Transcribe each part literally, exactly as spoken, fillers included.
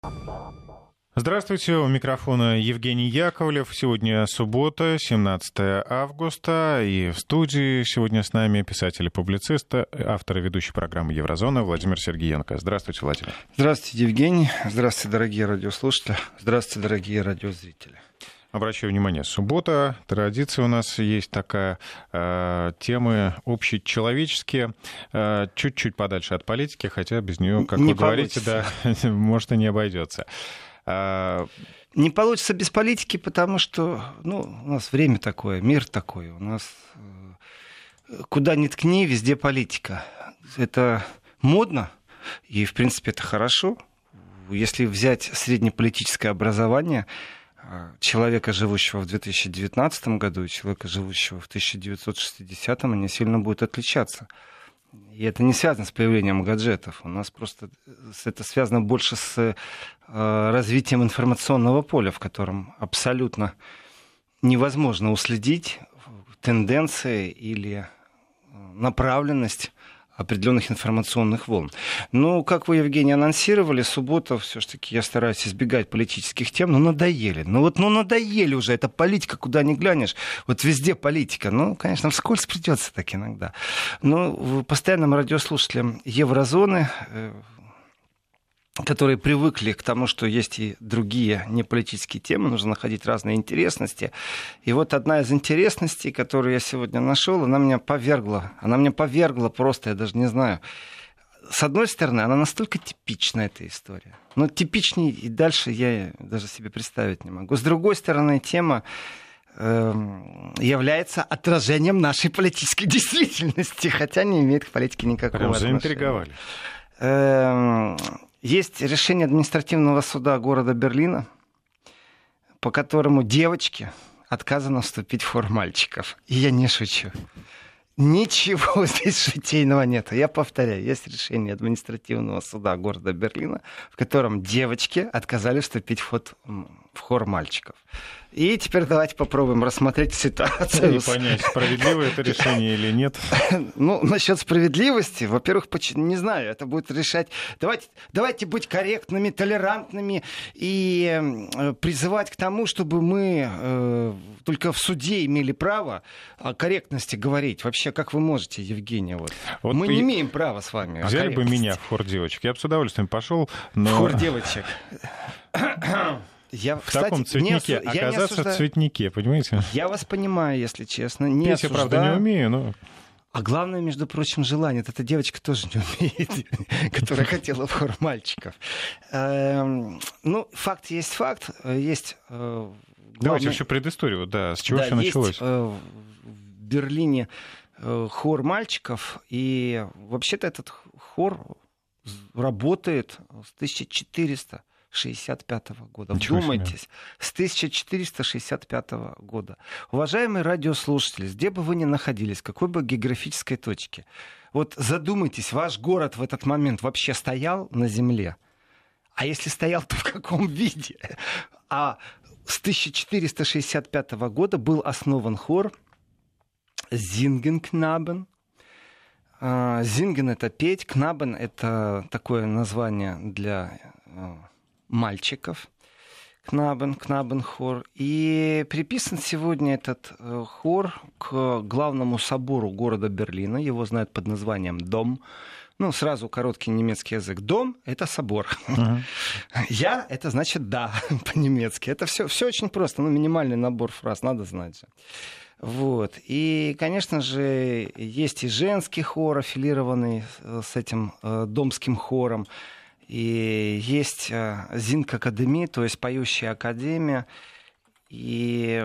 Здравствуйте, у микрофона Евгений Яковлев. Сегодня суббота, семнадцатое августа, и в студии сегодня с нами писатель и публицист, автор и ведущий программы «Еврозона» Владимир Сергиенко. Здравствуйте, Владимир. Здравствуйте, Евгений. Здравствуйте, дорогие радиослушатели. Здравствуйте, дорогие радиозрители. Обращаю внимание, суббота, традиция у нас есть такая, э, темы общечеловеческие, э, чуть-чуть подальше от политики, хотя без нее, как не вы говорите, да, может и не обойдется. Не получится без политики, потому что ну, у нас время такое, мир такой. У нас куда ни ткни, везде политика. Это модно, и, в принципе, это хорошо. Если взять среднеполитическое образование человека, живущего в две тысячи девятнадцатом году, и человека, живущего в тысяча девятьсот шестидесятом, они сильно будут отличаться. И это не связано с появлением гаджетов. У нас просто это связано больше с э, развитием информационного поля, в котором абсолютно невозможно уследить тенденции или направленность определенных информационных волн. Ну, как вы, Евгений, анонсировали, суббота, все-таки я стараюсь избегать политических тем, но надоели. Ну вот, ну надоели уже, это политика, куда ни глянешь, вот везде политика. Ну, конечно, вскользь придется так иногда. Но постоянным радиослушателям Еврозоны, которые привыкли к тому, что есть и другие неполитические темы, нужно находить разные интересности. И вот одна из интересностей, которую я сегодня нашел, она меня повергла. Она меня повергла просто, я даже не знаю. С одной стороны, она настолько типична, эта история. Но типичнее и дальше я даже себе представить не могу. С другой стороны, тема э, является отражением нашей политической действительности, хотя не имеет к политике никакого Прям отношения. заинтриговали. Э, Есть решение административного суда города Берлина, по которому девочке отказано вступить в хор мальчиков. И я не шучу. Ничего здесь шутейного нет. Я повторяю, есть решение административного суда города Берлина, в котором девочке отказали вступить в хор, в хор мальчиков. И теперь давайте попробуем рассмотреть ситуацию. И понять, справедливо это решение или нет. Ну, насчет справедливости, во-первых, не знаю, это будет решать. Давайте, давайте быть корректными, толерантными и призывать к тому, чтобы мы э, только в суде имели право о корректности говорить. Вообще, как вы можете, Евгения? Вот. Вот мы не имеем права с вами. Взяли бы меня в хор девочек. Я бы с удовольствием пошел. Но... В хор девочек. Я, в кстати, таком цветнике не, оказаться в цветнике, понимаете? Я вас понимаю, если честно. Не Петь я, правда, не умею, но... А главное, между прочим, желание. Эта девочка тоже не умеет, которая хотела в хор мальчиков. Ну, факт есть факт. Есть... Давайте всю предысторию, да, с чего все началось. В Берлине хор мальчиков, и вообще-то этот хор работает с тысяча четыреста шестьдесят пятого года. Ничего Вдумайтесь, себе. С тысяча четыреста шестьдесят пятого года. Уважаемые радиослушатели, где бы вы ни находились, в какой бы географической точке, вот задумайтесь, ваш город в этот момент вообще стоял на земле? А если стоял, то в каком виде? А с тысяча четыреста шестьдесят пятого года был основан хор Зингенкнабен. Зинген — это петь, кнабен — это такое название для мальчиков. Кнабен, кнабен-хор. И приписан сегодня этот хор к главному собору города Берлина. Его знают под названием «Дом». Ну, сразу короткий немецкий язык. «Дом» — это собор. Uh-huh. «Я» — это значит «да» по-немецки. Это все, все очень просто. Ну, минимальный набор фраз, надо знать же. Вот. И, конечно же, есть и женский хор, аффилированный с этим э, домским хором. И есть э, Зинг-академия, то есть поющая академия. И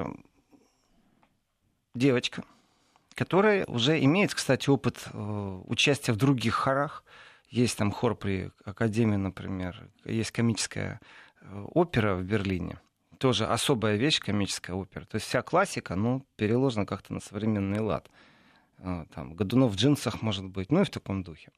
девочка, которая уже имеет, кстати, опыт э, участия в других хорах. Есть там хор при академии, например. Есть комическая э, опера в Берлине. Тоже особая вещь, комическая опера. То есть вся классика, ну, переложена как-то на современный лад. Там, Годунов в джинсах, может быть, ну и в таком духе.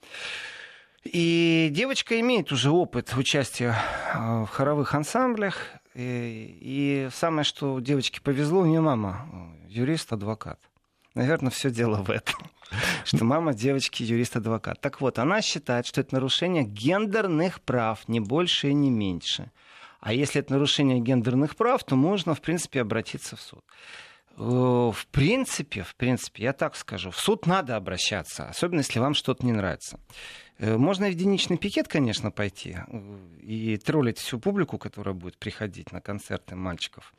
И девочка имеет уже опыт участия в хоровых ансамблях. И, и самое, что девочке повезло, у нее мама юрист, адвокат. Наверное, все дело в этом. Что мама девочки юрист-адвокат. Так вот, она считает, что это нарушение гендерных прав, ни больше и не меньше. А если это нарушение гендерных прав, то можно, в принципе, обратиться в суд. В принципе, в принципе, я так скажу, в суд надо обращаться, особенно если вам что-то не нравится. Можно и в единичный пикет, конечно, пойти и троллить всю публику, которая будет приходить на концерты мальчиков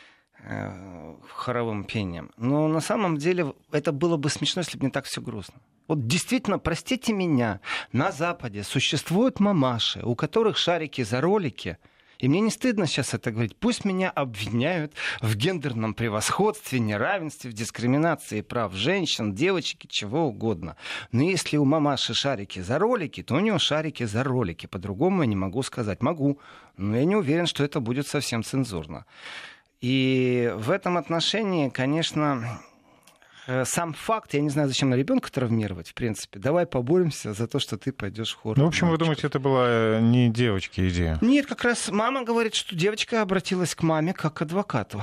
хоровым пением. Но на самом деле это было бы смешно, если бы не так все грустно. Вот действительно, простите меня, на Западе существуют мамаши, у которых шарики за ролики. И мне не стыдно сейчас это говорить. Пусть меня обвиняют в гендерном превосходстве, неравенстве, в дискриминации прав женщин, девочек и чего угодно. Но если у мамаши шарики за ролики, то у нее шарики за ролики. По-другому я не могу сказать. Могу, но я не уверен, что это будет совсем цензурно. И в этом отношении, конечно... Сам факт, я не знаю, зачем на ребенка травмировать, в принципе. Давай поборемся за то, что ты пойдешь в хор. Ну, в общем, мальчиков. Вы думаете, это была не девочки идея? Нет, как раз мама говорит, что девочка обратилась к маме как к адвокату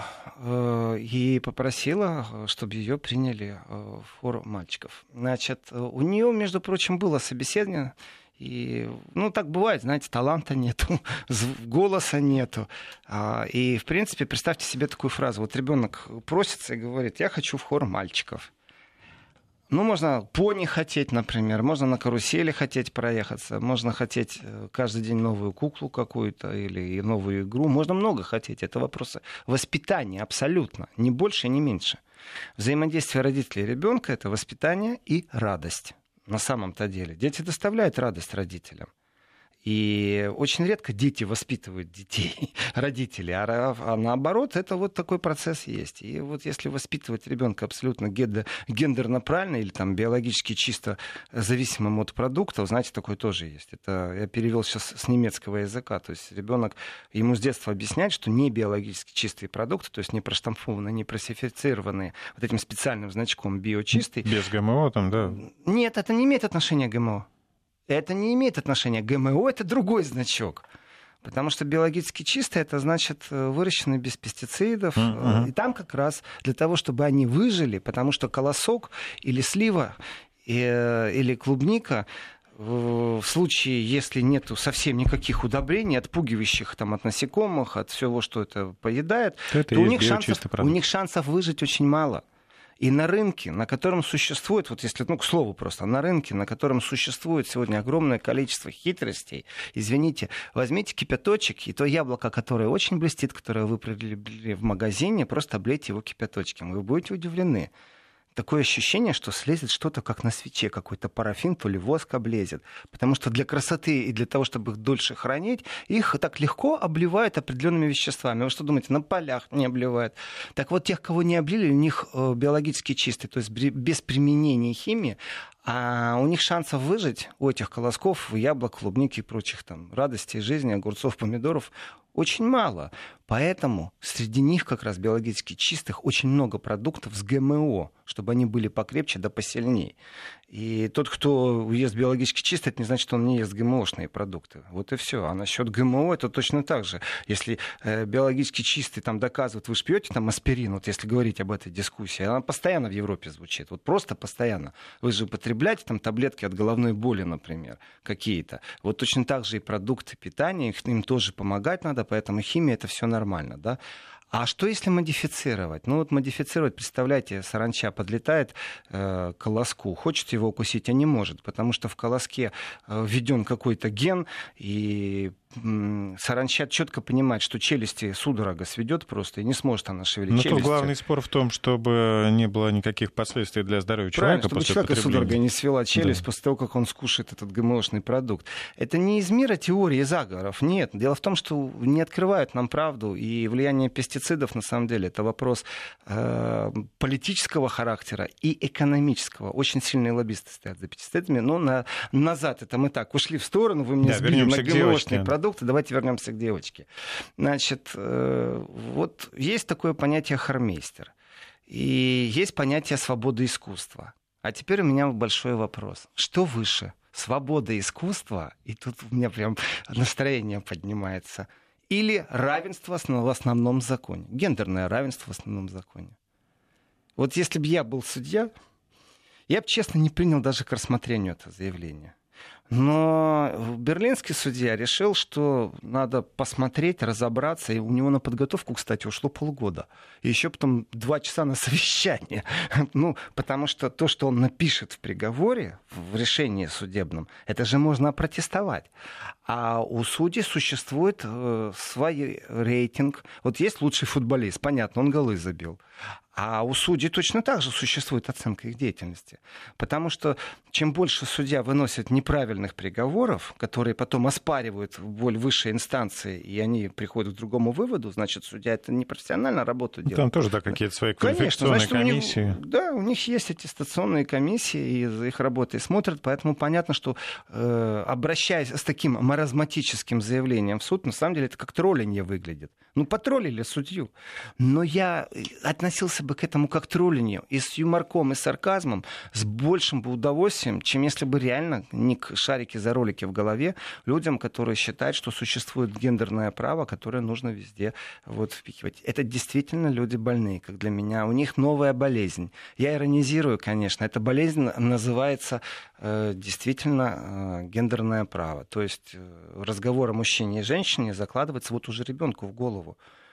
и попросила, чтобы ее приняли в хор мальчиков. Значит, у нее, между прочим, было собеседование. И, ну, так бывает, знаете, таланта нету, голоса нету. И, в принципе, представьте себе такую фразу. Вот ребенок просится и говорит: я хочу в хор мальчиков. Ну, можно пони хотеть, например, можно на карусели хотеть проехаться, можно хотеть каждый день новую куклу какую-то или новую игру. Можно много хотеть. Это вопросы воспитания абсолютно, ни больше, ни меньше. Взаимодействие родителей и ребенка — это воспитание и радость. На самом-то деле. Дети доставляют радость родителям. И очень редко дети воспитывают детей, родителей. А, а наоборот, это вот такой процесс есть. И вот если воспитывать ребенка абсолютно гендерно правильно или там биологически чисто зависимым от продуктов, знаете, такое тоже есть. Это я перевел сейчас с немецкого языка. То есть ребенок, ему с детства объяснять, что не биологически чистые продукты, то есть не проштампованные, не просифицированные вот этим специальным значком биочистый. Без ГМО там, да? Нет, это не имеет отношения к ГМО. Это не имеет отношения к ГМО, это другой значок. Потому что биологически чистое — это значит выращенные без пестицидов. Uh-huh. И там как раз для того, чтобы они выжили, потому что колосок или слива или клубника в случае, если нет совсем никаких удобрений, отпугивающих там, от насекомых, от всего, что это поедает, то, то у, них шансов, у них шансов выжить очень мало. И на рынке, на котором существует, вот если, ну, к слову просто, на рынке, на котором существует сегодня огромное количество хитростей, извините, возьмите кипяточек, и то яблоко, которое очень блестит, которое вы приобрели в магазине, просто облейте его кипяточком, вы будете удивлены. Такое ощущение, что слезет что-то, как на свече, какой-то парафин, то ли воск облезет. Потому что для красоты и для того, чтобы их дольше хранить, их так легко обливают определенными веществами. Вы что думаете, на полях не обливают? Так вот, тех, кого не облили, у них биологически чистый, то есть без применения химии, а у них шансов выжить, у этих колосков, яблок, клубники и прочих там радостей жизни, огурцов, помидоров, очень мало. Поэтому среди них как раз биологически чистых очень много продуктов с ГМО, чтобы они были покрепче да посильнее. И тот, кто ест биологически чистый, это не значит, что он не ест ГМОшные продукты. Вот и все. А насчет ГМО это точно так же. Если э, биологически чистый там доказывают, вы же пьете там аспирин, вот если говорить об этой дискуссии, она постоянно в Европе звучит. Вот просто постоянно. Вы же употребляете там таблетки от головной боли, например, какие-то. Вот точно так же и продукты питания, их, им тоже помогать надо, поэтому химия — это все нормально, да. А что если модифицировать? Ну вот модифицировать, представляете, саранча подлетает э, к колоску, хочет его укусить, а не может, потому что в колоске э, введен какой-то ген, и э, саранча четко понимает, что челюсти судорога сведет просто, и не сможет она шевелить челюстью. Но тут главный спор в том, чтобы не было никаких последствий для здоровья человека. Правильно, чтобы человека судорога не свела челюсть, да, после того, как он скушает этот ГМОшный продукт. Это не из мира теории заговоров, нет. Дело в том, что не открывают нам правду, и влияние пестицидов на самом деле это вопрос э, политического характера и экономического. Очень сильные лоббисты стоят за пестицидами, но на, назад это мы так ушли в сторону, вы мне да, сбили на ГМОшные продукты, давайте вернемся к девочке. Значит, э, вот есть такое понятие хормейстер, и есть понятие свободы искусства. А теперь у меня большой вопрос. Что выше? Свобода искусства, и тут у меня прям настроение поднимается, или равенство в основном законе, гендерное равенство в основном законе? Вот если бы я был судья, я бы, честно, не принял даже к рассмотрению это заявление. Но берлинский судья решил, что надо посмотреть, разобраться. И у него на подготовку, кстати, ушло полгода. И еще потом два часа на совещание. Ну, потому что то, что он напишет в приговоре, в решении судебном, это же можно опротестовать. А у судей существует э, свой рейтинг. Вот есть лучший футболист, понятно, он голы забил. А у судей точно так же существует оценка их деятельности. Потому что чем больше судья выносит неправильных приговоров, которые потом оспаривают в более высшей инстанции, и они приходят к другому выводу, значит, судья это не профессионально работу делает. Там тоже, да, какие-то свои квалификационные Конечно, значит, комиссии. У них, да, у них есть аттестационные комиссии, и за их работой смотрят, поэтому понятно, что э, обращаясь с таким маразматическим заявлением в суд, на самом деле это как троллинье выглядит. Ну, потроллили судью. Но я относился бы к этому как троллинью, и с юморком, и с сарказмом, с большим бы удовольствием, чем если бы реально не шарики за ролики в голове людям, которые считают, что существует гендерное право, которое нужно везде вот впихивать. Это действительно люди больные, как для меня. У них новая болезнь. Я иронизирую, конечно. Эта болезнь называется э, действительно э, гендерное право. То есть э, разговор о мужчине и женщине закладывается вот уже ребенку в голову.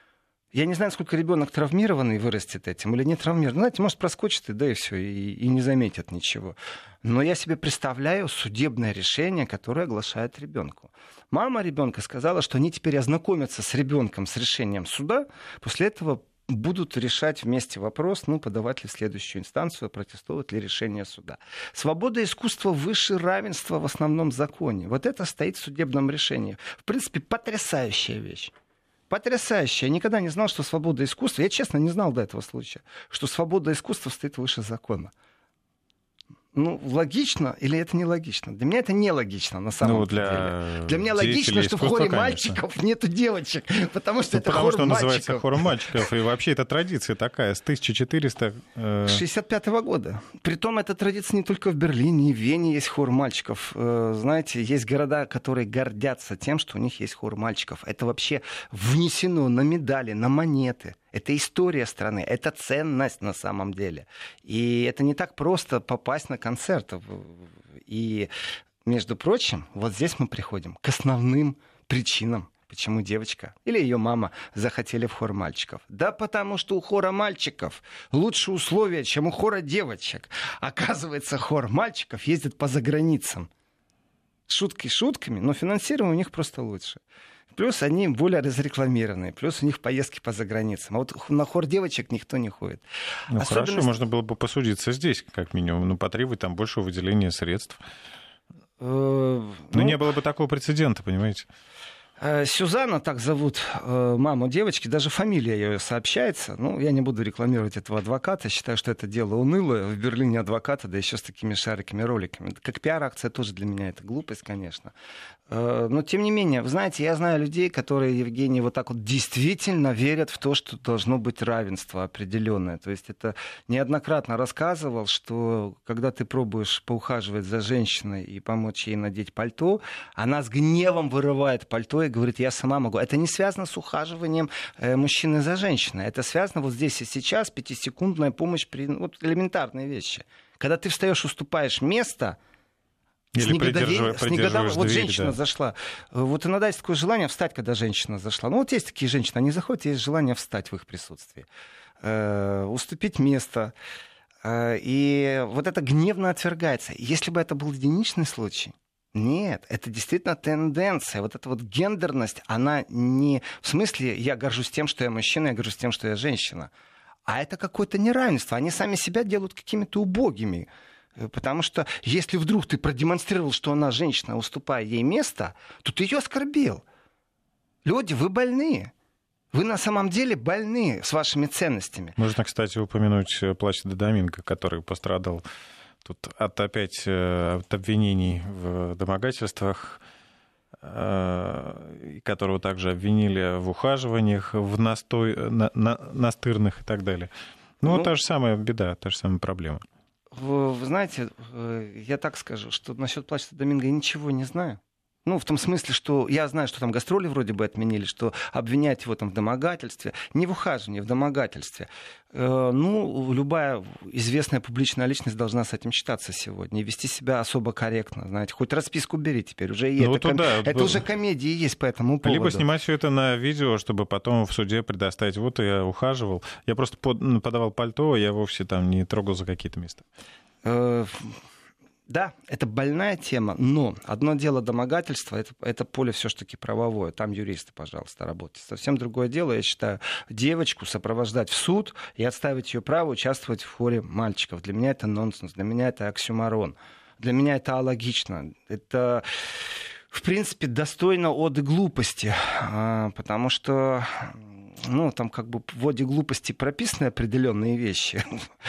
Я не знаю, сколько ребенок травмированный вырастет этим или не травмированный. Знаете, может, проскочит, и да, и все, и, и не заметит ничего. Но я себе представляю судебное решение, которое оглашает ребенку. Мама ребенка сказала, что они теперь ознакомятся с ребенком с решением суда, после этого будут решать вместе вопрос, ну, подавать ли в следующую инстанцию, протестовать ли решение суда. Свобода искусства выше равенства в основном законе. Вот это стоит в судебном решении. В принципе, потрясающая вещь. Потрясающе. Я никогда не знал, что свобода искусства, я честно не знал до этого случая, что свобода искусства стоит выше закона. Ну, логично или это нелогично? Для меня это нелогично, на самом ну, для деле. Для меня логично, что в хоре конечно. мальчиков нету девочек, потому что ну, это потому хор что он мальчиков. называется хором мальчиков, и вообще это традиция такая, с тысяча четыреста... шестьдесят пятого года. Притом эта традиция не только в Берлине, и в Вене есть хор мальчиков. Знаете, есть города, которые гордятся тем, что у них есть хор мальчиков. Это вообще внесено на медали, на монеты. Это история страны, это ценность на самом деле. И это не так просто попасть на концерт. И, между прочим, вот здесь мы приходим к основным причинам, почему девочка или ее мама захотели в хор мальчиков. Да потому что у хора мальчиков лучше условия, чем у хора девочек. Оказывается, хор мальчиков ездит по заграницам. Шутки шутками, но финансирование у них просто лучше. Плюс они более разрекламированные, плюс у них поездки по заграницам. А вот на хор девочек никто не ходит. Ну Особенность... хорошо, можно было бы посудиться здесь, как минимум, ну потребовать там большего выделения средств. Но ну... не было бы такого прецедента, понимаете? Сюзанна, так зовут маму девочки, даже фамилия ее сообщается. Ну, я не буду рекламировать этого адвоката, считаю, что это дело унылое. В Берлине адвоката, да еще с такими шариками, роликами. Как пиар-акция тоже для меня это глупость, конечно. Но, тем не менее, вы знаете, я знаю людей, которые, Евгений, вот так вот действительно верят в то, что должно быть равенство определенное. То есть это неоднократно рассказывал, что когда ты пробуешь поухаживать за женщиной и помочь ей надеть пальто, она с гневом вырывает пальто и говорит, я сама могу. Это не связано с ухаживанием э, мужчины за женщиной. Это связано вот здесь и сейчас, пятисекундная помощь при вот, элементарные вещи. Когда ты встаешь, уступаешь место, или с негодовением, с негодов... вот дверь, женщина да. зашла. Вот иногда есть такое желание встать, когда женщина зашла. Ну вот есть такие женщины, они заходят, есть желание встать в их присутствии. Э, уступить место. Э, и вот это гневно отвергается. Если бы это был единичный случай, нет, это действительно тенденция. Вот эта вот гендерность, она не... В смысле, я горжусь тем, что я мужчина, я горжусь тем, что я женщина. А это какое-то неравенство. Они сами себя делают какими-то убогими. Потому что если вдруг ты продемонстрировал, что она женщина, уступая ей место, то ты ее оскорбил. Люди, вы больные. Вы на самом деле больны с вашими ценностями. Можно, кстати, упомянуть Пласидо Доминго, который пострадал тут от опять от обвинений в домогательствах, которого также обвинили в ухаживаниях, в настой, на, на, настырных и так далее. Ну, ну, та же самая беда, та же самая проблема. Вы, вы знаете, я так скажу, что насчет Пласидо Доминго я ничего не знаю. Ну, в том смысле, что я знаю, что там гастроли вроде бы отменили, что обвинять его там в домогательстве. Не в ухаживании, в домогательстве. Э, ну, любая известная публичная личность должна с этим считаться сегодня и вести себя особо корректно. Знаете, хоть расписку бери теперь. Уже и ну, это, вот ком... да, это вот... уже комедии есть по этому поводу. Либо снимать все это на видео, чтобы потом в суде предоставить. Вот я ухаживал. Я просто под... подавал пальто, я вовсе там не трогал за какие-то места. Э, Да, это больная тема, но одно дело домогательство, это, это поле все-таки правовое, там юристы, пожалуйста, работайте. Совсем другое дело, я считаю, девочку сопровождать в суд и отставить ее право участвовать в хоре мальчиков. Для меня это нонсенс, для меня это оксюморон, для меня это алогично. Это, в принципе, достойно оды глупости, потому что... Ну, там как бы в воде глупости прописаны определенные вещи,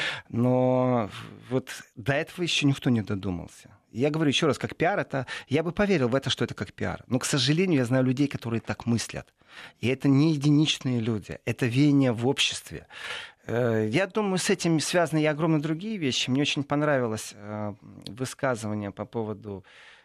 но вот до этого еще никто не додумался. Я говорю еще раз, как пиар, это... я бы поверил в это, что это как пиар. Но, к сожалению, я знаю людей, которые так мыслят. И это не единичные люди, это веяние в обществе. Я думаю, с этим связаны и огромные другие вещи. Мне очень понравилось высказывание по поводу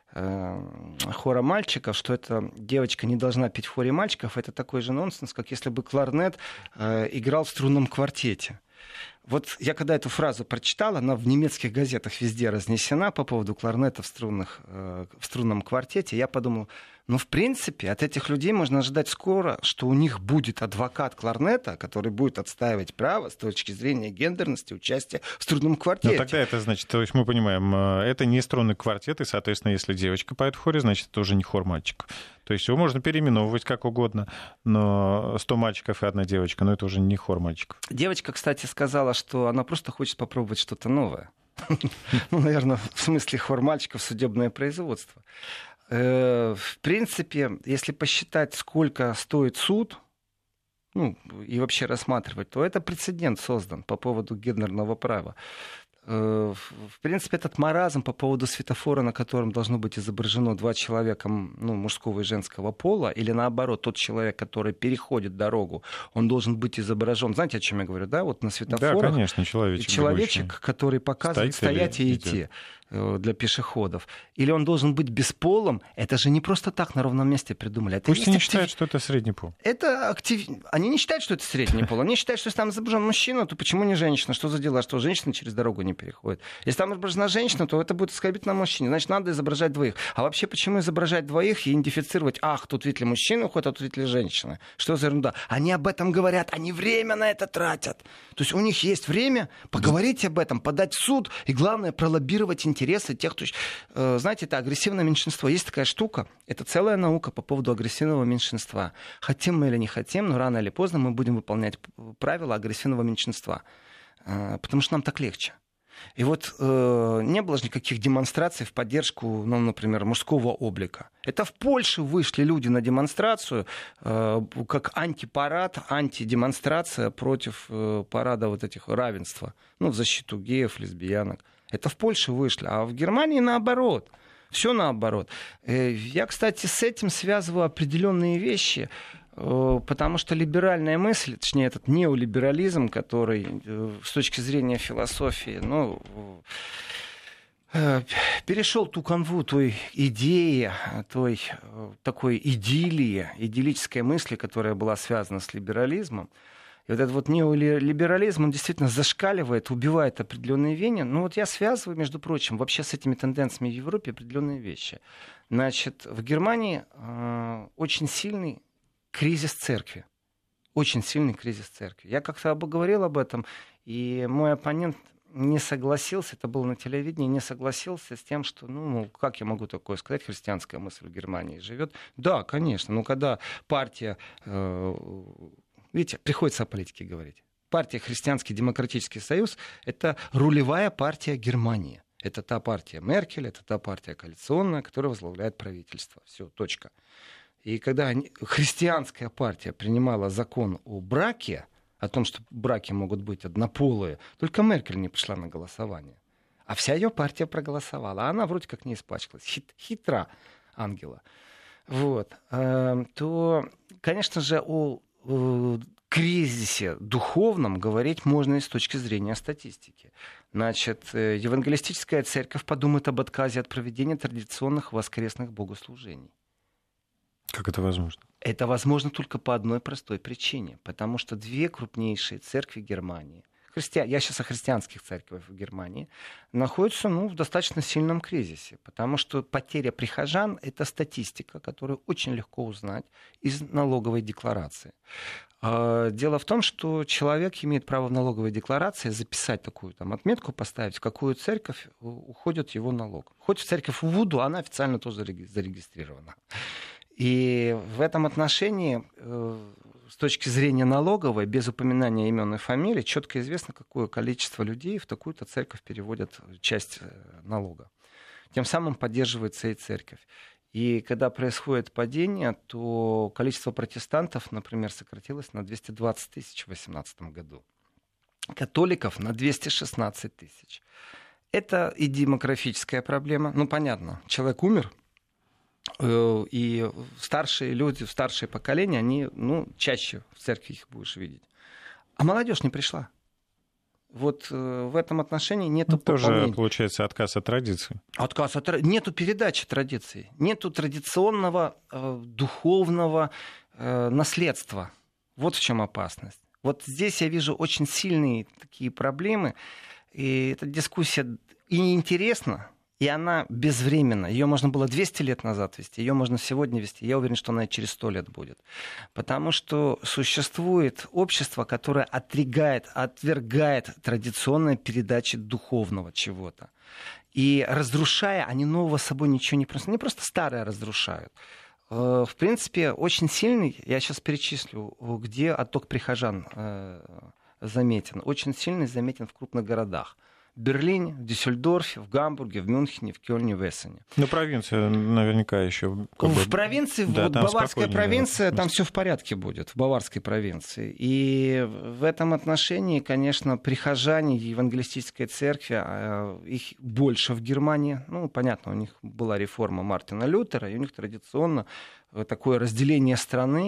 хора мальчиков, что эта девочка не должна петь в хоре мальчиков, это такой же нонсенс, как если бы кларнет э, играл в струнном квартете. Вот я когда эту фразу прочитал, она в немецких газетах везде разнесена по поводу кларнета в, струнных, э, в струнном квартете, я подумал, ну, в принципе, от этих людей можно ожидать скоро, что у них будет адвокат кларнета, который будет отстаивать право с точки зрения гендерности участия в струнном квартете. Ну, тогда это значит, то есть мы понимаем, это не струнный квартет, и, соответственно, если девочка поет в хоре, значит, это уже не хор мальчиков. То есть его можно переименовывать как угодно, но сто мальчиков и одна девочка, но это уже не хор мальчиков. Девочка, кстати, сказала, что она просто хочет попробовать что-то новое. Ну, наверное, в смысле хор мальчиков, судебное производство. В принципе, если посчитать, сколько стоит суд, ну, и вообще рассматривать, то это прецедент создан по поводу гендерного права. В принципе, этот маразм по поводу светофора, на котором должно быть изображено два человека, ну, мужского и женского пола, или наоборот, тот человек, который переходит дорогу, он должен быть изображен. Знаете, о чем я говорю, да? Вот на светофорах. Да, конечно, человечек. Человечек, который показывает стоять, стоять и идти. Идет. Для пешеходов. Или он должен быть бесполым. Это же не просто так на ровном месте придумали. Это пусть они актив... считают, что это средний пол. Это актив... Они не считают, что это средний пол. Они считают, что если там изображен мужчина, то почему не женщина? Что за дела? Что женщина через дорогу не переходит? Если там изображена женщина, то это будет оскорбительно мужчине. Значит, надо изображать двоих. А вообще, почему изображать двоих и идентифицировать? Ах, тут видите ли мужчина уходит, а тут видите ли женщина. Что за ерунда? Они об этом говорят, они время на это тратят. То есть у них есть время поговорить об этом, подать в суд и, главное, пролоббировать интересы тех, кто... Знаете, это агрессивное меньшинство. Есть такая штука, это целая наука по поводу агрессивного меньшинства. Хотим мы или не хотим, но рано или поздно мы будем выполнять правила агрессивного меньшинства. Потому что нам так легче. И вот э, не было же никаких демонстраций в поддержку, ну, например, мужского облика. Это в Польше вышли люди на демонстрацию, э, как антипарад, антидемонстрация против э, парада вот этих равенства, ну, в защиту геев, лесбиянок. Это в Польше вышли, а в Германии наоборот. Все наоборот. Э, я, кстати, с этим связываю определенные вещи. Потому что либеральная мысль, точнее этот неолиберализм, который с точки зрения философии, ну, перешел ту канву той идеи, той такой идиллии, идиллической мысли, которая была связана с либерализмом. И вот этот вот неолиберализм, он действительно зашкаливает, убивает определенные веяния. Ну вот я связываю, между прочим, вообще с этими тенденциями в Европе определенные вещи. Значит, в Германии э, очень сильный кризис церкви. Очень сильный кризис церкви. Я как-то говорил об этом, и мой оппонент не согласился, это было на телевидении, не согласился с тем, что, ну, как я могу такое сказать, христианская мысль в Германии живет. Да, конечно, но когда партия, э, видите, приходится о политике говорить. Партия Христианский демократический союз — это рулевая партия Германии. Это та партия Меркель, это та партия коалиционная, которая возглавляет правительство. Все, точка. И когда христианская партия принимала закон о браке, о том, что браки могут быть однополые, только Меркель не пришла на голосование. А вся ее партия проголосовала. А она вроде как не испачкалась. Хит, хитра Ангела. Вот. То, конечно же, о кризисе духовном говорить можно и с точки зрения статистики. Значит, евангелистическая церковь подумает об отказе от проведения традиционных воскресных богослужений. Как это возможно? Это возможно только по одной простой причине. Потому что две крупнейшие церкви Германии, христи... я сейчас о христианских церквях в Германии, находятся ну, в достаточно сильном кризисе. Потому что потеря прихожан — это статистика, которую очень легко узнать из налоговой декларации. Дело в том, что человек имеет право в налоговой декларации записать такую там отметку, поставить, в какую церковь уходит его налог. Хоть в церковь Вуду, она официально тоже зарегистрирована. И в этом отношении, с точки зрения налоговой, без упоминания имен и фамилий, четко известно, какое количество людей в такую-то церковь переводят часть налога. Тем самым поддерживается и церковь. И когда происходит падение, то количество протестантов, например, сократилось на двести двадцать тысяч в две тысячи восемнадцатом году. Католиков на двести шестнадцать тысяч. Это и демографическая проблема. Ну, понятно, человек умер, и старшие люди, старшее поколение, они ну, чаще в церкви их будешь видеть. А молодежь не пришла. Вот э, в этом отношении нету ну, пополнения. Тоже, получается, отказ от традиции. Отказ от нету передачи традиций, нету традиционного э, духовного э, наследства. Вот в чем опасность. Вот здесь я вижу очень сильные такие проблемы. И эта дискуссия и неинтересна, и она безвременна. Ее можно было двести лет назад вести, ее можно сегодня вести. Я уверен, что она и через сто лет будет. Потому что существует общество, которое отригает, отвергает традиционные передачи духовного чего-то. И разрушая, они нового с собой ничего не приносят. Они просто старое разрушают. В принципе, очень сильный, я сейчас перечислю, где отток прихожан заметен. Очень сильный заметен в крупных городах. В Берлине, в Дюссельдорфе, в Гамбурге, в Мюнхене, в Кёльне, в Эссене. Ну, провинция наверняка еще... Как в бы... провинции, да, вот баварская провинция, там все в порядке будет, в баварской провинции. И в этом отношении, конечно, прихожане евангелистической церкви, их больше в Германии. Ну, понятно, у них была реформа Мартина Лютера, и у них традиционно такое разделение страны.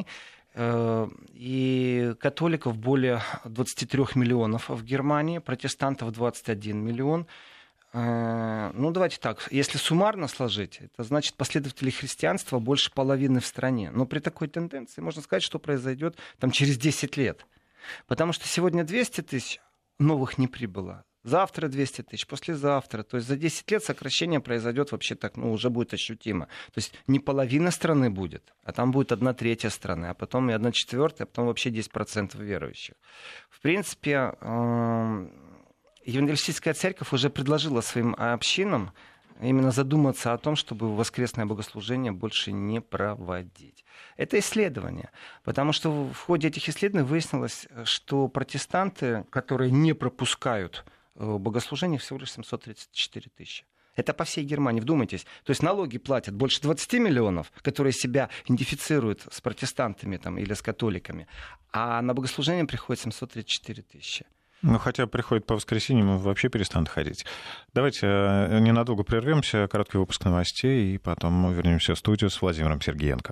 И католиков более двадцать три миллионов в Германии, протестантов двадцать один миллион. Ну, давайте так, если суммарно сложить, это значит последователей христианства больше половины в стране. Но при такой тенденции можно сказать, что произойдет там, через десять лет. Потому что сегодня двести тысяч новых не прибыло. Завтра двести тысяч, послезавтра. То есть за десять лет сокращение произойдет вообще так, ну, уже будет ощутимо. То есть не половина страны будет, а там будет одна третья страны, а потом и одна четвертая, а потом вообще десять процентов верующих. В принципе, евангелистическая церковь уже предложила своим общинам именно задуматься о том, чтобы воскресное богослужение больше не проводить. Это исследование, потому что в ходе этих исследований выяснилось, что протестанты, которые не пропускают богослужение, всего лишь семьсот тридцать четыре тысячи. Это по всей Германии, вдумайтесь. То есть налоги платят больше двадцать миллионов, которые себя идентифицируют с протестантами там, или с католиками, а на богослужение приходит семьсот тридцать четыре тысячи. Ну, хотя приходит по воскресеньям, вообще перестанут ходить. Давайте ненадолго прервемся, короткий выпуск новостей, и потом мы вернемся в студию с Владимиром Сергеенко.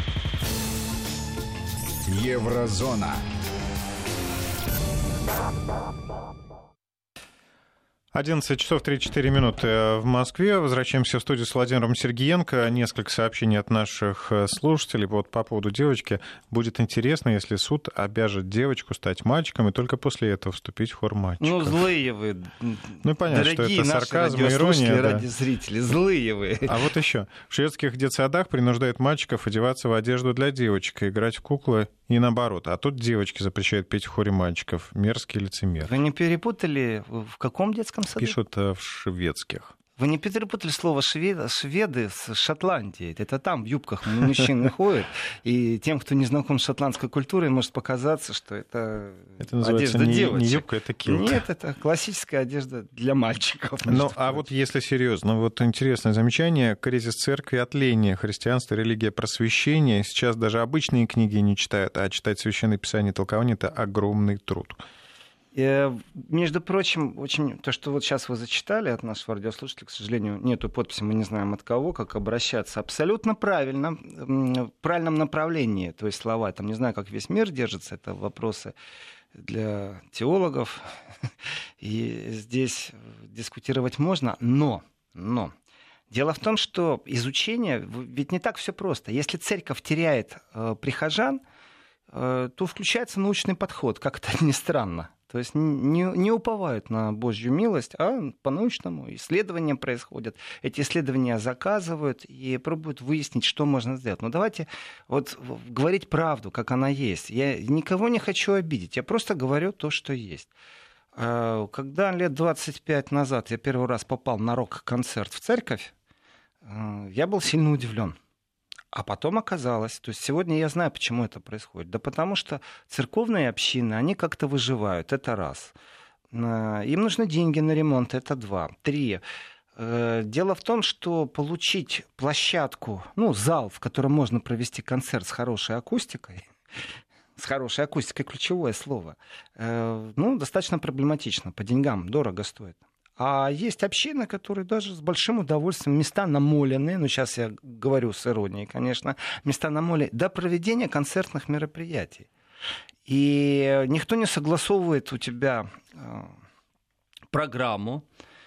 Еврозона. одиннадцать часов тридцать четыре минуты в Москве. Возвращаемся в студию с Владимиром Сергеенко. Несколько сообщений от наших слушателей. Вот по поводу девочки. Будет интересно, если суд обяжет девочку стать мальчиком и только после этого вступить в хор мальчиков. Ну, злые вы. Ну, понятно, что это сарказм и ирония. Да. Радиозрители, злые вы. А вот еще. В шведских детсадах принуждают мальчиков одеваться в одежду для девочек, играть в куклы и наоборот. А тут девочки запрещают петь в хоре мальчиков. Мерзкий лицемер. Вы не перепутали, в каком детском саду? Пишут в шведских. Вы не перепутали слово шведы, шведы с Шотландией. Это там в юбках мужчины ходят. И тем, кто не знаком с шотландской культурой, может показаться, что это, это одежда не, девочек. Не юбка, это килт. Нет, это классическая одежда для мальчиков. Ну, а вот если серьезно, вот интересное замечание. Кризис церкви, отление христианства, религия просвещения. Сейчас даже обычные книги не читают, а читать Священное Писание и толкование — это огромный труд. Между прочим, очень то, что вот сейчас вы зачитали от нашего радиослушателя, к сожалению, нету подписи, мы не знаем от кого, как обращаться. Абсолютно правильно, в правильном направлении, то есть слова. Там не знаю, как весь мир держится, это вопросы для теологов, и здесь дискутировать можно, но, но дело в том, что изучение, ведь не так все просто. Если церковь теряет э, прихожан, э, то включается научный подход, как это ни странно. То есть не, не уповают на Божью милость, а по-научному исследования происходят. Эти исследования заказывают и пробуют выяснить, что можно сделать. Но давайте вот говорить правду, как она есть. Я никого не хочу обидеть, я просто говорю то, что есть. Когда лет двадцать пять назад я первый раз попал на рок-концерт в церковь, я был сильно удивлен. А потом оказалось, то есть сегодня я знаю, почему это происходит. Да потому что церковные общины, они как-то выживают, это раз. Им нужны деньги на ремонт, это два. Три. Дело в том, что получить площадку, ну, зал, в котором можно провести концерт с хорошей акустикой, с хорошей акустикой, ключевое слово, ну, достаточно проблематично, по деньгам дорого стоит. А есть общины, которые даже с большим удовольствием, места намоленные, ну сейчас я говорю с иронией, конечно, места намоленные до проведения концертных мероприятий. И никто не согласовывает у тебя э, программу.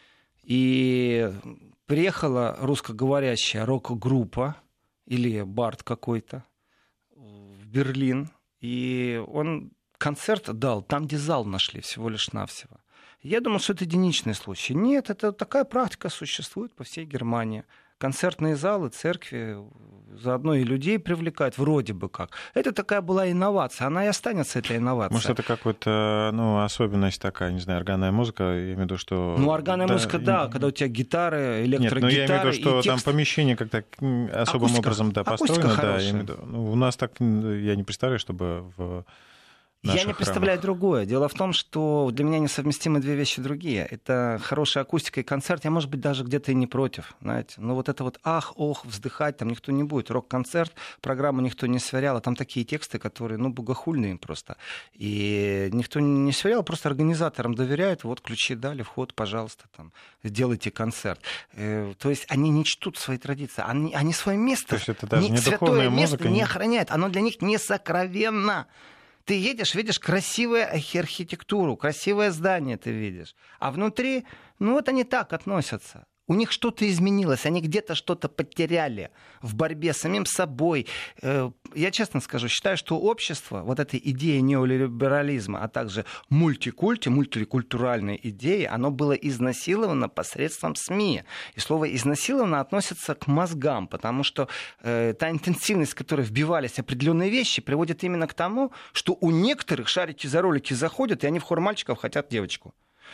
И приехала русскоговорящая рок-группа или бард какой-то в Берлин, и он концерт дал там, где зал нашли, всего лишь навсего. Я думал, что это единичный случай. Нет, это такая практика существует по всей Германии. Концертные залы, церкви, заодно и людей привлекать, вроде бы как. Это такая была инновация, она и останется, эта инновация. Может, это какая-то, ну, особенность такая, не знаю, органная музыка, я имею в виду, что... Ну, органная да, музыка, да, и... когда у тебя гитары, электрогитары. Нет, но я имею в виду, что текст... там помещение как-то особым акустика, образом да, построено. Да, я имею в виду. Ну, у нас так, я не представляю, чтобы в... Я не представляю храмах. Другое. Дело в том, что для меня несовместимы две вещи другие. Это хорошая акустика и концерт. Я, может быть, даже где-то и не против. Знаете. Но вот это вот ах, ох, вздыхать там никто не будет. Рок-концерт, программу никто не сверял. А там такие тексты, которые, ну, богохульные просто. И никто не сверял, просто организаторам доверяют. Вот ключи дали, вход, пожалуйста, там, делайте концерт. То есть они не чтут свои традиции. Они, они свое место, То есть это даже не святое место музыка, не охраняют. Оно для них не сокровенно. Ты едешь, видишь красивую архитектуру, красивое здание ты видишь. А внутри, ну вот они так относятся. У них что-то изменилось, они где-то что-то потеряли в борьбе с самим собой. Я честно скажу, считаю, что общество, вот эта идея неолиберализма, а также мультикульти, мультикультуральной идеи, оно было изнасиловано посредством СМИ. И слово «изнасиловано» относится к мозгам, потому что э, та интенсивность, с которой вбивались определенные вещи, приводит именно к тому, что у некоторых шарики за ролики заходят, и они в хор мальчиков хотят девочку.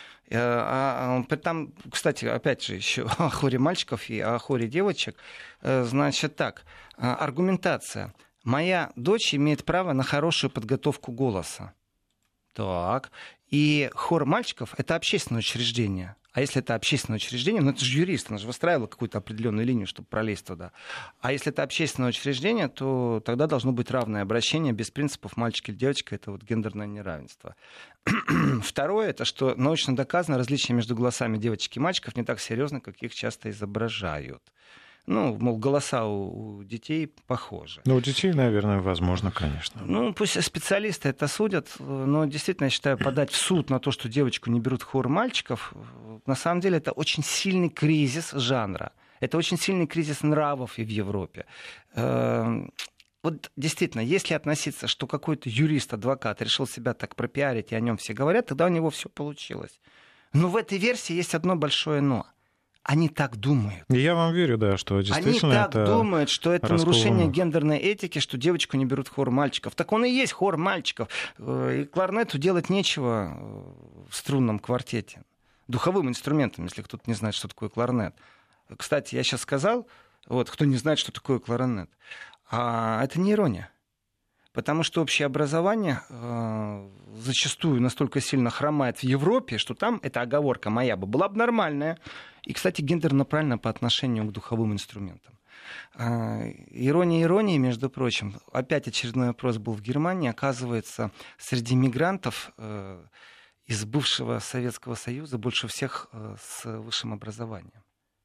Там, кстати, опять же, еще о хоре мальчиков и о хоре девочек. Значит так, аргументация. Моя дочь имеет право на хорошую подготовку голоса. Так. И хор мальчиков — это общественное учреждение. А если это общественное учреждение, ну это же юрист, она же выстраивала какую-то определенную линию, чтобы пролезть туда. А если это общественное учреждение, то тогда должно быть равное обращение без принципов мальчик или девочка, это вот гендерное неравенство. Второе, это что научно доказано, различия между голосами девочек и мальчиков не так серьезны, как их часто изображают. Ну, мол, голоса у, у детей похожи. Ну, у детей, наверное, возможно, конечно. Ну, пусть специалисты это судят, но действительно, я считаю, подать в суд на то, что девочку не берут в хор мальчиков, на самом деле это очень сильный кризис жанра. Это очень сильный кризис нравов и в Европе. Вот действительно, если относиться, что какой-то юрист, адвокат решил себя так пропиарить, и о нем все говорят, тогда у него все получилось. Но в этой версии есть одно большое «но». Они так думают. Я вам верю, да, что действительно Они так это думают, что это раскол нарушение умов. гендерной этики, что девочку не берут в хор мальчиков. Так он и есть хор мальчиков. И кларнету делать нечего в струнном квартете. Духовым инструментом, если кто-то не знает, что такое кларнет. Кстати, я сейчас сказал, вот, кто не знает, что такое кларнет. А это не ирония. Потому что общее образование э, зачастую настолько сильно хромает в Европе, что там, эта оговорка моя бы была бы нормальная. И, кстати, гендерно правильно по отношению к духовым инструментам. Э, ирония иронии, между прочим. Опять очередной опрос был в Германии. Оказывается, среди мигрантов э, из бывшего Советского Союза больше всех с высшим образованием.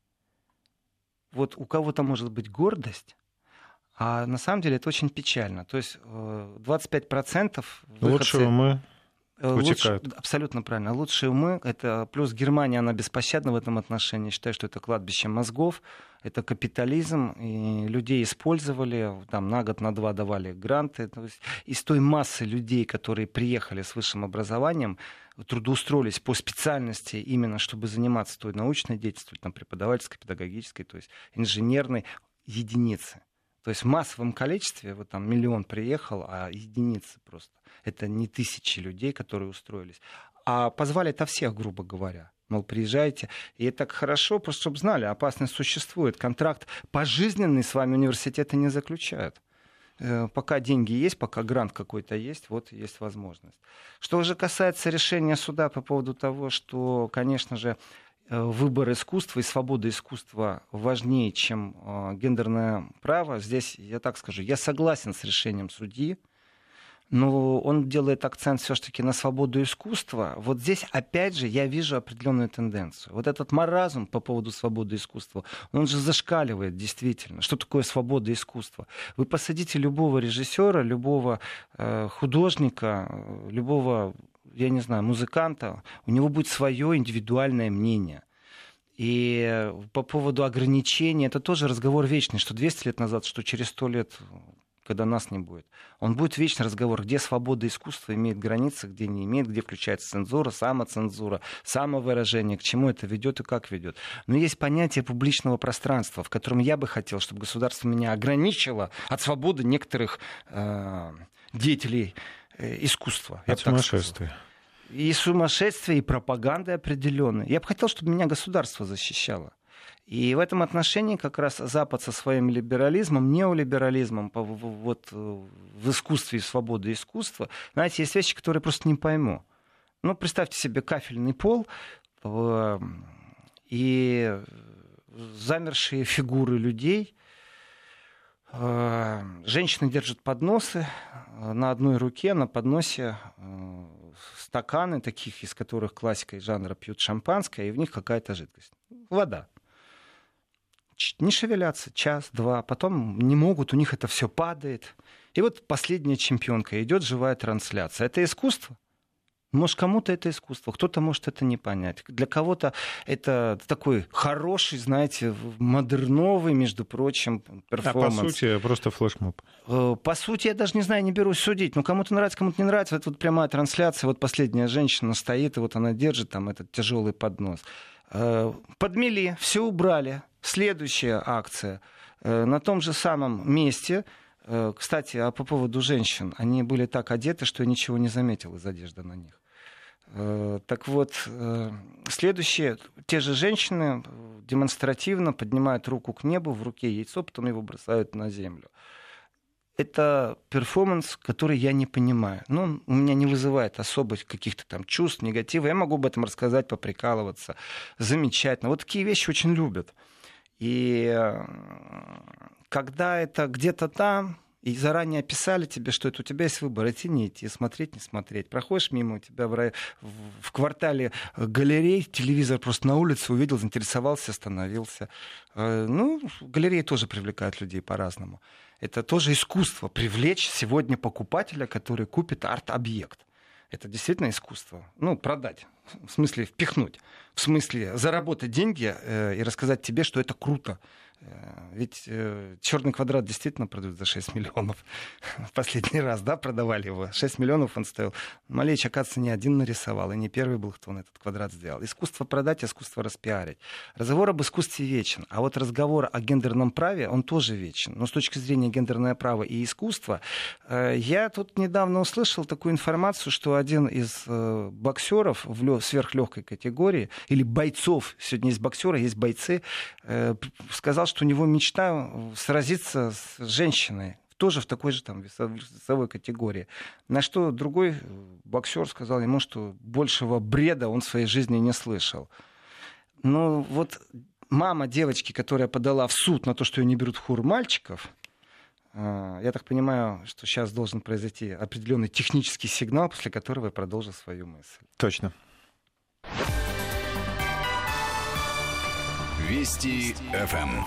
Вот у кого-то может быть гордость, а на самом деле это очень печально. То есть двадцать пять процентов выходцы... Лучшие умы утекают. Лучше, абсолютно правильно. Лучшие умы, это плюс Германия, она беспощадна в этом отношении. Я считаю, что это кладбище мозгов, это капитализм, и людей использовали, там, на год, на два давали гранты. То есть из той массы людей, которые приехали с высшим образованием, трудоустроились по специальности именно, чтобы заниматься той научной деятельностью, там, преподавательской, педагогической, то есть инженерной, единицы. То есть в массовом количестве, вот там миллион приехал, а единицы просто. Это не тысячи людей, которые устроились. А позвали это всех, грубо говоря. Мол, приезжайте. И это так хорошо, просто чтобы знали, опасность существует. Контракт пожизненный с вами университеты не заключают. Пока деньги есть, пока грант какой-то есть, вот есть возможность. Что же касается решения суда по поводу того, что, конечно же, выбор искусства и свобода искусства важнее, чем э, гендерное право. Здесь, я так скажу, я согласен с решением судьи, но он делает акцент все-таки на свободу искусства. Вот здесь, опять же, я вижу определенную тенденцию. Вот этот маразм по поводу свободы искусства, он же зашкаливает действительно. Что такое свобода искусства? Вы посадите любого режиссера, любого э, художника, любого... я не знаю, музыканта, у него будет свое индивидуальное мнение. И по поводу ограничений, это тоже разговор вечный, что двести лет назад, что через сто лет, когда нас не будет. Он будет вечный разговор, где свобода искусства имеет границы, где не имеет, где включается цензура, самоцензура, самовыражение, к чему это ведет и как ведет. Но есть понятие публичного пространства, в котором я бы хотел, чтобы государство меня ограничило от свободы некоторых э, деятелей искусства. От сумасшествия. И сумасшествие, и пропаганды определенной. Я бы хотел, чтобы меня государство защищало. И в этом отношении как раз Запад со своим либерализмом, неолиберализмом вот, в искусстве и свободе искусства, знаете, есть вещи, которые просто не пойму. Ну, представьте себе кафельный пол и замершие фигуры людей. Женщины держат подносы, на одной руке на подносе стаканы, таких, из которых классика и жанра пьют шампанское, и в них какая-то жидкость. Вода. Не шевелятся час-два, потом не могут, у них это все падает. И вот последняя чемпионка, идет живая трансляция. Это искусство? Может, кому-то это искусство, кто-то может это не понять. Для кого-то это такой хороший, знаете, модерновый, между прочим, перформанс. А по сути, просто флешмоб. По сути, я даже не знаю, не берусь судить. Но кому-то нравится, кому-то не нравится. Это вот прямая трансляция, вот последняя женщина стоит, и вот она держит там этот тяжелый поднос. Подмели, все убрали. Следующая акция. На том же самом месте... Кстати, а по поводу женщин. Они были так одеты, что я ничего не заметил из одежды на них. Так вот, следующее. Те же женщины демонстративно поднимают руку к небу, в руке яйцо, потом его бросают на землю. Это перформанс, который я не понимаю. Ну, у меня не вызывает особых каких-то там чувств, негатива. Я могу об этом рассказать, поприкалываться. Замечательно. Вот такие вещи очень любят. И когда это где-то там, и заранее описали тебе, что это у тебя есть выбор, идти, не идти, смотреть, не смотреть. Проходишь мимо, у тебя в, в квартале галерей, телевизор просто на улице увидел, заинтересовался, остановился. Ну, галереи тоже привлекают людей по-разному. Это тоже искусство, привлечь сегодня покупателя, который купит арт-объект. Это действительно искусство. Ну, продать. В смысле, впихнуть. В смысле, заработать деньги э, и рассказать тебе, что это круто. Ведь э, черный квадрат действительно продают за шесть миллионов. В последний раз, да, продавали его. шесть миллионов он стоил. Малевич, оказывается, не один нарисовал, и не первый был, кто он этот квадрат сделал. Искусство продать, искусство распиарить. Разговор об искусстве вечен. А вот разговор о гендерном праве, он тоже вечен. Но с точки зрения гендерное право и искусства, э, я тут недавно услышал такую информацию, что один из э, боксеров в лё- сверхлегкой категории, или бойцов, сегодня есть боксеры, есть бойцы, э, сказал, что у него мечта сразиться с женщиной, тоже в такой же там весовой категории. На что другой боксер сказал ему, что большего бреда он в своей жизни не слышал. Но вот мама девочки, которая подала в суд на то, что ее не берут в хор мальчиков, Я так понимаю, что сейчас должен произойти определенный технический сигнал, после которого я продолжу свою мысль. Точно. Вести эф эм.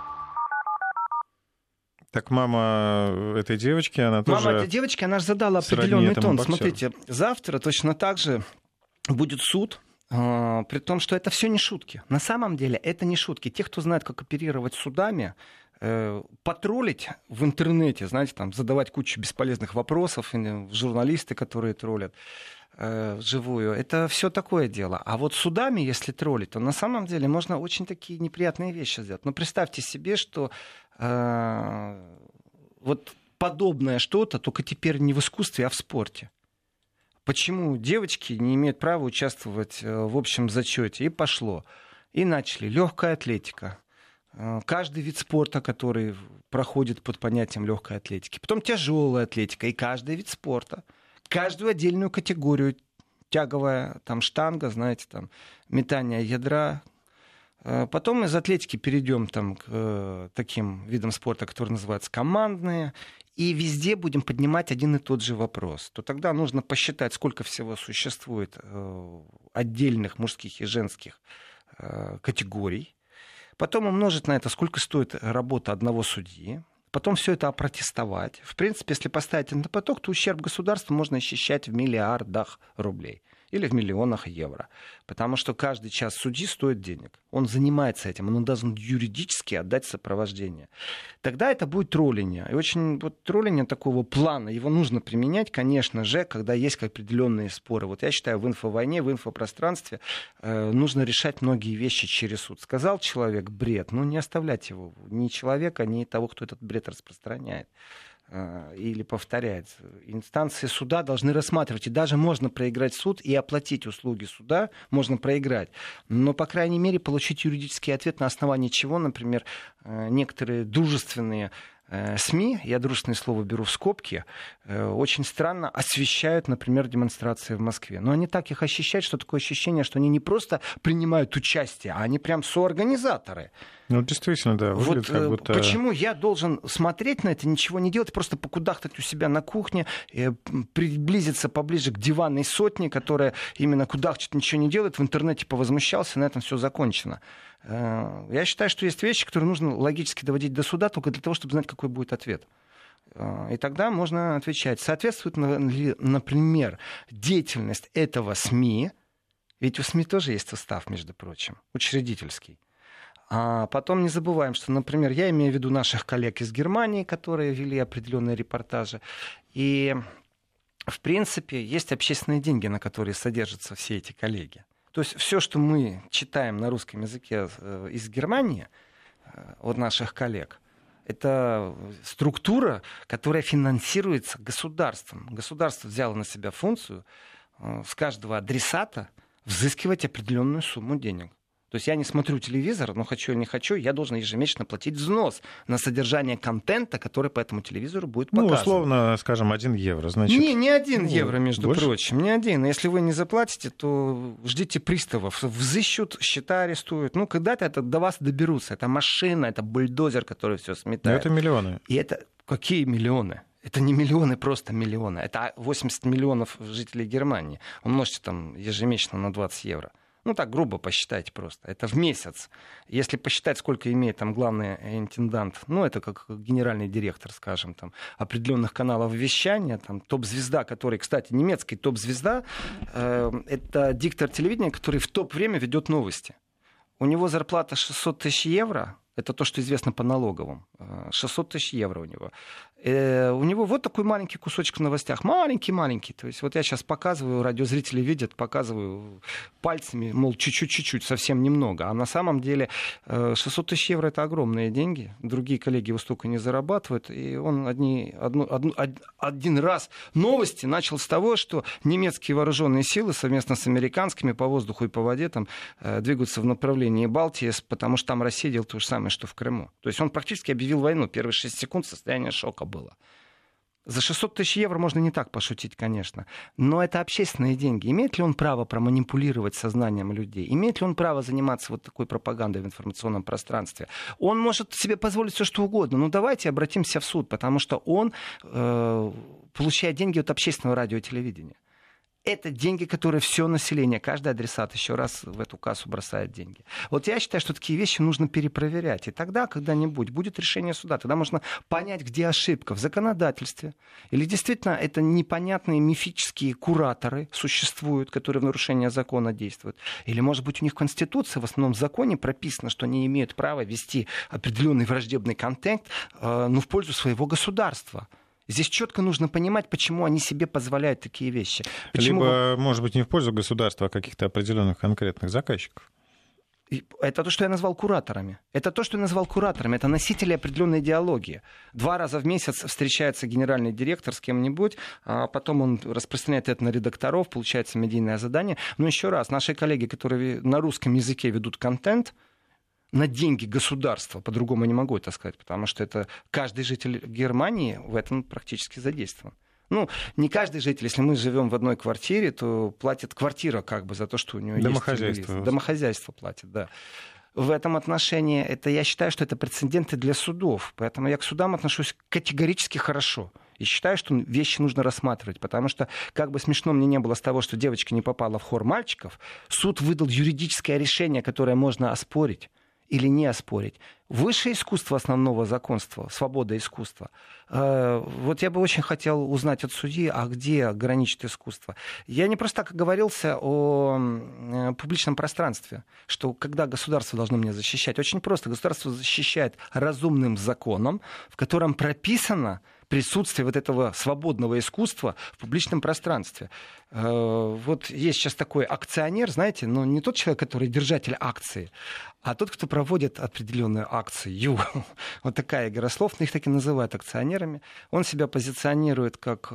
Так мама этой девочки, она тоже... Мама этой девочки, она же задала определенный тон. Боксеру. Смотрите, завтра точно так же будет суд, э, при том, что это все не шутки. На самом деле это не шутки. Те, кто знает, как оперировать судами, э, потроллить в интернете, знаете, там, задавать кучу бесполезных вопросов, журналисты, которые троллят э, вживую, это все такое дело. А вот судами, если троллить, то на самом деле можно очень такие неприятные вещи сделать. Но представьте себе, что э, вот подобное что-то, только теперь не в искусстве, а в спорте. Почему девочки не имеют права участвовать в общем зачете? И пошло. И начали. Легкая атлетика. Каждый вид спорта, который проходит под понятием легкой атлетики. Потом тяжелая атлетика. И каждый вид спорта. Каждую отдельную категорию. Тяговая там, штанга, знаете, там, метание ядра. Потом из атлетики перейдем там, к э, таким видам спорта, которые называются командные. И везде будем поднимать один и тот же вопрос. То тогда нужно посчитать, сколько всего существует э, отдельных мужских и женских э, категорий. Потом умножить на это, сколько стоит работа одного судьи. Потом все это опротестовать. В принципе, если поставить это на поток, то ущерб государству можно ощущать в миллиардах рублей. Или в миллионах евро. Потому что каждый час судьи стоит денег. Он занимается этим, он должен юридически отдать сопровождение. Тогда это будет троллинг. И очень вот троллинг такого плана, его нужно применять, конечно же, когда есть определенные споры. Вот я считаю, в инфовойне, в инфопространстве э, нужно решать многие вещи через суд. Сказал человек бред, ну не оставлять его. Ни человека, ни того, кто этот бред распространяет или повторяет. Инстанции суда должны рассматривать. И даже можно проиграть суд и оплатить услуги суда, можно проиграть. Но, по крайней мере, получить юридический ответ, на основании чего, например, некоторые дружественные СМИ, я дружественное слово беру в скобки, очень странно освещают, например, демонстрации в Москве. Но они так их ощущают, что такое ощущение, что они не просто принимают участие, а они прям соорганизаторы. Ну, действительно, да. Вот как будто... почему я должен смотреть на это, ничего не делать, просто покудахтать у себя на кухне, приблизиться поближе к диванной сотне, которая именно кудахчет, ничего не делает, в интернете повозмущался, на этом все закончено. Я считаю, что есть вещи, которые нужно логически доводить до суда только для того, чтобы знать, какой будет ответ. И тогда можно отвечать, соответствует ли, например, деятельность этого СМИ, ведь у СМИ тоже есть устав, между прочим, учредительский. А потом не забываем, что, например, я имею в виду наших коллег из Германии, которые вели определенные репортажи, и, в принципе, есть общественные деньги, на которые содержатся все эти коллеги. То есть все, что мы читаем на русском языке из Германии от наших коллег, это структура, которая финансируется государством. Государство взяло на себя функцию с каждого адресата взыскивать определенную сумму денег. То есть я не смотрю телевизор, но хочу или не хочу, я должен ежемесячно платить взнос на содержание контента, который по этому телевизору будет показан. Ну, условно, скажем, один евро. Значит... Не, не один ну, евро, между больше? прочим, не один. Если вы не заплатите, то ждите приставов. Взыщут, счета арестуют. Ну, когда-то это до вас доберутся. Это машина, это бульдозер, который все сметает. Но это миллионы. И это какие миллионы? Это не миллионы, просто миллионы. Это восемьдесят миллионов жителей Германии. Умножьте там ежемесячно на двадцать евро. Ну, так грубо посчитайте просто. Это в месяц. Если посчитать, сколько имеет там главный интендант, ну, это как генеральный директор, скажем, там, определенных каналов вещания, там, топ-звезда, который, кстати, немецкий топ-звезда, э, это диктор телевидения, который в топ-время ведет новости. У него зарплата шестьсот тысяч евро. Это то, что известно по налоговым. шестьсот тысяч евро у него. Э, у него вот такой маленький кусочек в новостях. Маленький-маленький. То есть вот я сейчас показываю, радиозрители видят, показываю пальцами, мол, чуть-чуть-чуть, совсем немного. А на самом деле шестьсот тысяч евро — это огромные деньги. Другие коллеги его столько не зарабатывают. И он одни, одну, одну, один раз новости начал с того, что немецкие вооруженные силы совместно с американскими по воздуху и по воде там, двигаются в направлении Балтии, потому что там Россия делает то же самое, что в Крыму. То есть он практически объявил войну. Первые шесть секунд состояние шока было. За шестьсот тысяч евро можно не так пошутить, конечно. Но это общественные деньги. Имеет ли он право проманипулировать сознанием людей? Имеет ли он право заниматься вот такой пропагандой в информационном пространстве? Он может себе позволить все, что угодно. Но давайте обратимся в суд, потому что он э, получает деньги от общественного радио и телевидения. Это деньги, которые все население, каждый адресат еще раз в эту кассу бросает деньги. Вот я считаю, что такие вещи нужно перепроверять. И тогда, когда-нибудь, будет решение суда. Тогда можно понять, где ошибка. В законодательстве. Или действительно это непонятные мифические кураторы существуют, которые в нарушение закона действуют. Или, может быть, у них в Конституции, в основном в законе прописано, что они имеют право вести определенный враждебный контент, э, ну, в пользу своего государства. Здесь четко нужно понимать, почему они себе позволяют такие вещи. Почему... Либо, может быть, не в пользу государства, а каких-то определенных конкретных заказчиков. Это то, что я назвал кураторами. Это то, что я назвал кураторами. Это носители определенной идеологии. Два раза в месяц встречается генеральный директор с кем-нибудь, а потом он распространяет это на редакторов, получается медийное задание. Но еще раз, наши коллеги, которые на русском языке ведут контент, на деньги государства, по-другому не могу это сказать, потому что это каждый житель Германии в этом практически задействован. Ну, не каждый житель, если мы живем в одной квартире, то платит квартира как бы за то, что у него есть телевизор. Домохозяйство платит, да. В этом отношении, это, я считаю, что это прецеденты для судов, поэтому я к судам отношусь категорически хорошо. И считаю, что вещи нужно рассматривать, потому что, как бы смешно мне не было с того, что девочка не попала в хор мальчиков, суд выдал юридическое решение, которое можно оспорить или не оспорить. Высшее искусство основного законства, свобода искусства. Вот я бы очень хотел узнать от судьи, а где граничит искусство. Я не просто так оговорился о публичном пространстве, что когда государство должно меня защищать. Очень просто. Государство защищает разумным законом, в котором прописано присутствие вот этого свободного искусства в публичном пространстве. Вот есть сейчас такой акционер, знаете, но не тот человек, который держатель акции, а тот, кто проводит определенную акцию. Вот такая игра слов, их так и называют акционерами. Он себя позиционирует как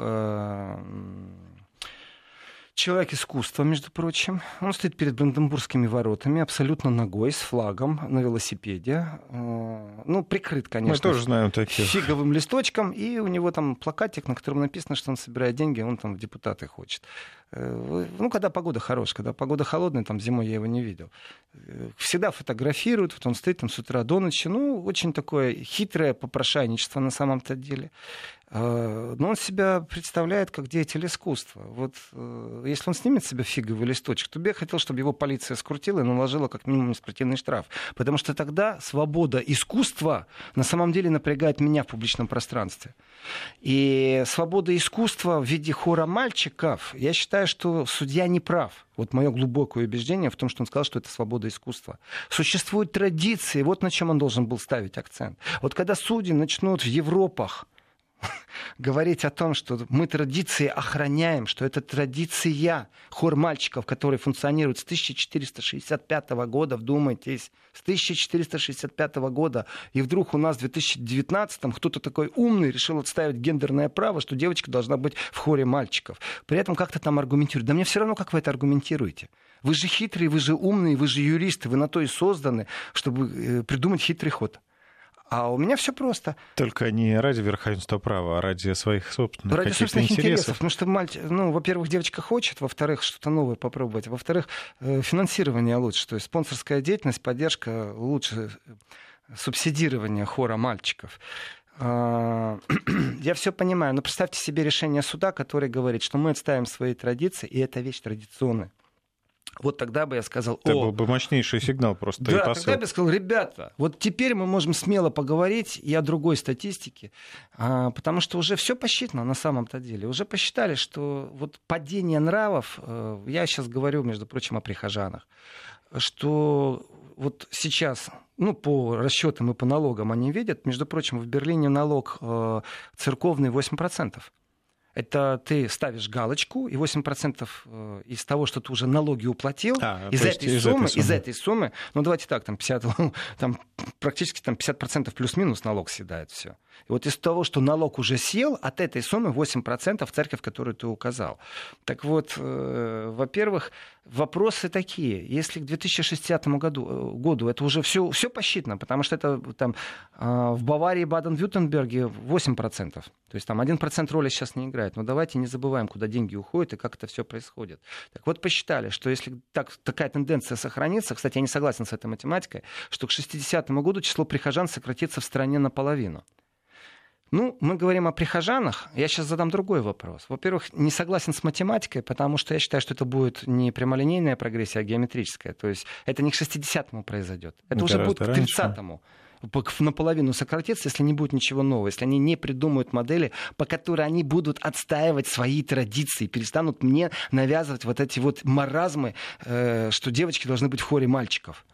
человек искусства, между прочим. Он стоит перед Бранденбургскими воротами, абсолютно нагой, с флагом на велосипеде. Ну, прикрыт, конечно. Мы тоже знаем таких. Фиговым листочком. И у него там плакатик, на котором написано, что он собирает деньги, он там в депутаты хочет. Ну, когда погода хорошая, когда погода холодная, там зимой я его не видел. Всегда фотографируют, вот он стоит там с утра до ночи. Ну, очень такое хитрое попрошайничество на самом-то деле. Но он себя представляет как деятель искусства. Вот если он снимет с себя фиговый листочек, то бы я хотел, чтобы его полиция скрутила и наложила как минимум спортивный штраф. Потому что тогда свобода искусства на самом деле напрягает меня в публичном пространстве. И свобода искусства в виде хора мальчиков, я считаю, что судья не прав. Вот мое глубокое убеждение в том, что он сказал, что это свобода искусства. Существуют традиции, вот на чем он должен был ставить акцент. Вот когда судьи начнут в Европах говорить о том, что мы традиции охраняем, что это традиция, хор мальчиков, который функционирует с тысяча четыреста шестьдесят пятого года, вдумайтесь, с тысяча четыреста шестьдесят пятого года, и вдруг у нас в две тысячи девятнадцатом кто-то такой умный решил отставить гендерное право, что девочка должна быть в хоре мальчиков. При этом как-то там аргументируют. Да мне все равно, как вы это аргументируете. Вы же хитрые, вы же умные, вы же юристы, вы на то и созданы, чтобы придумать хитрый ход. А у меня все просто. Только не ради верховенства права, а ради своих собственных ради каких-то собственных интересов. интересов. Потому что, мальчик, ну, во-первых, девочка хочет, во-вторых, что-то новое попробовать, во-вторых, финансирование лучше, то есть спонсорская деятельность, поддержка лучше, субсидирование хора мальчиков. Я все понимаю, но представьте себе решение суда, которое говорит, что мы отставим свои традиции, и это вещь традиционная. Вот тогда бы я сказал... Это О, был бы мощнейший сигнал просто. Да, тогда бы я сказал, ребята, вот теперь мы можем смело поговорить и о другой статистике, потому что уже все посчитано на самом-то деле. Уже посчитали, что вот падение нравов, я сейчас говорю, между прочим, о прихожанах, что вот сейчас, ну, по расчетам и по налогам они видят, между прочим, в Берлине налог церковный восемь процентов. Это ты ставишь галочку, и восемь процентов из того, что ты уже налоги уплатил, а, из, этой из, суммы, этой суммы, из этой суммы, ну давайте так, там, пятьдесят, там практически там, пятьдесят процентов плюс-минус налог съедает все. И вот из того, что налог уже съел, от этой суммы восемь процентов церковь, которую ты указал. Так вот, э, во-первых, Вопросы такие. Если к две тысячи шестидесятому году, году это уже все, все посчитано, потому что это там, в Баварии и Баден-Вюртемберге восемь процентов. То есть там один процент роли сейчас не играет. Но давайте не забываем, куда деньги уходят и как это все происходит. Так вот, посчитали, что если так, такая тенденция сохранится, кстати, я не согласен с этой математикой, что к шестидесятому году число прихожан сократится в стране наполовину. Ну, мы говорим о прихожанах. Я сейчас задам другой вопрос. Во-первых, не согласен с математикой, потому что я считаю, что это будет не прямолинейная прогрессия, а геометрическая. То есть это не к шестидесятому произойдет. Это ну, уже будет к тридцатому. Наполовину сократится, если не будет ничего нового, если они не придумают модели, по которой они будут отстаивать свои традиции, перестанут мне навязывать вот эти вот маразмы, э, что девочки должны быть в хоре мальчиков.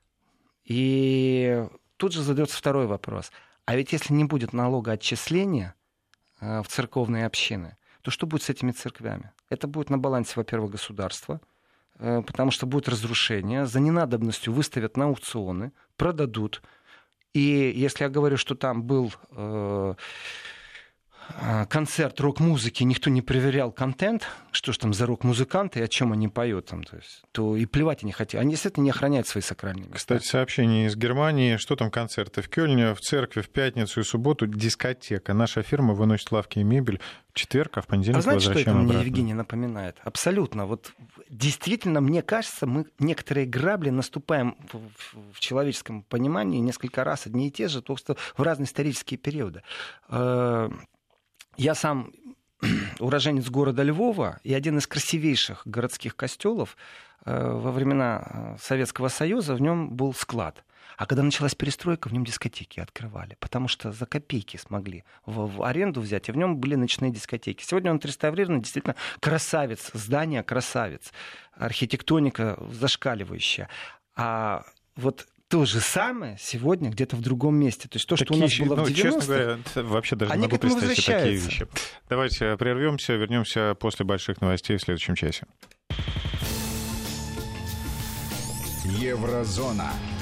И тут же задается второй вопрос. А ведь если не будет налогоотчисления э, в церковные общины, то что будет с этими церквями? Это будет на балансе, во-первых, государства, э, потому что будет разрушение, за ненадобностью выставят на аукционы, продадут. И если я говорю, что там был э, концерт рок-музыки, никто не проверял контент, что ж там за рок-музыканты и о чем они поют, там, то, есть, то и плевать они хотят. Они действительно не охраняют свои сакральные места. Кстати, сообщение из Германии. Что там концерты в Кёльне, в церкви в пятницу и субботу дискотека. Наша фирма выносит лавки и мебель в четверг, а в понедельник а знаете, возвращаем что это обратно. Мне Евгений напоминает? Абсолютно. Вот действительно, мне кажется, мы некоторые грабли наступаем в, в, в человеческом понимании несколько раз одни и те же, только что в разные исторические периоды. Я сам уроженец города Львова, и один из красивейших городских костелов во времена Советского Союза, в нем был склад. А когда началась перестройка, в нем дискотеки открывали, потому что за копейки смогли в, в аренду взять, и в нем были ночные дискотеки. Сегодня он отреставрирован, действительно красавец, здание красавец, архитектоника зашкаливающая. А вот то же самое сегодня где-то в другом месте. То есть то, такие, что у нас было ну, в девяностых... Честно говоря, вообще даже не могу представить себе такие вещи. Давайте прервемся, вернемся после больших новостей в следующем часе. Еврозона.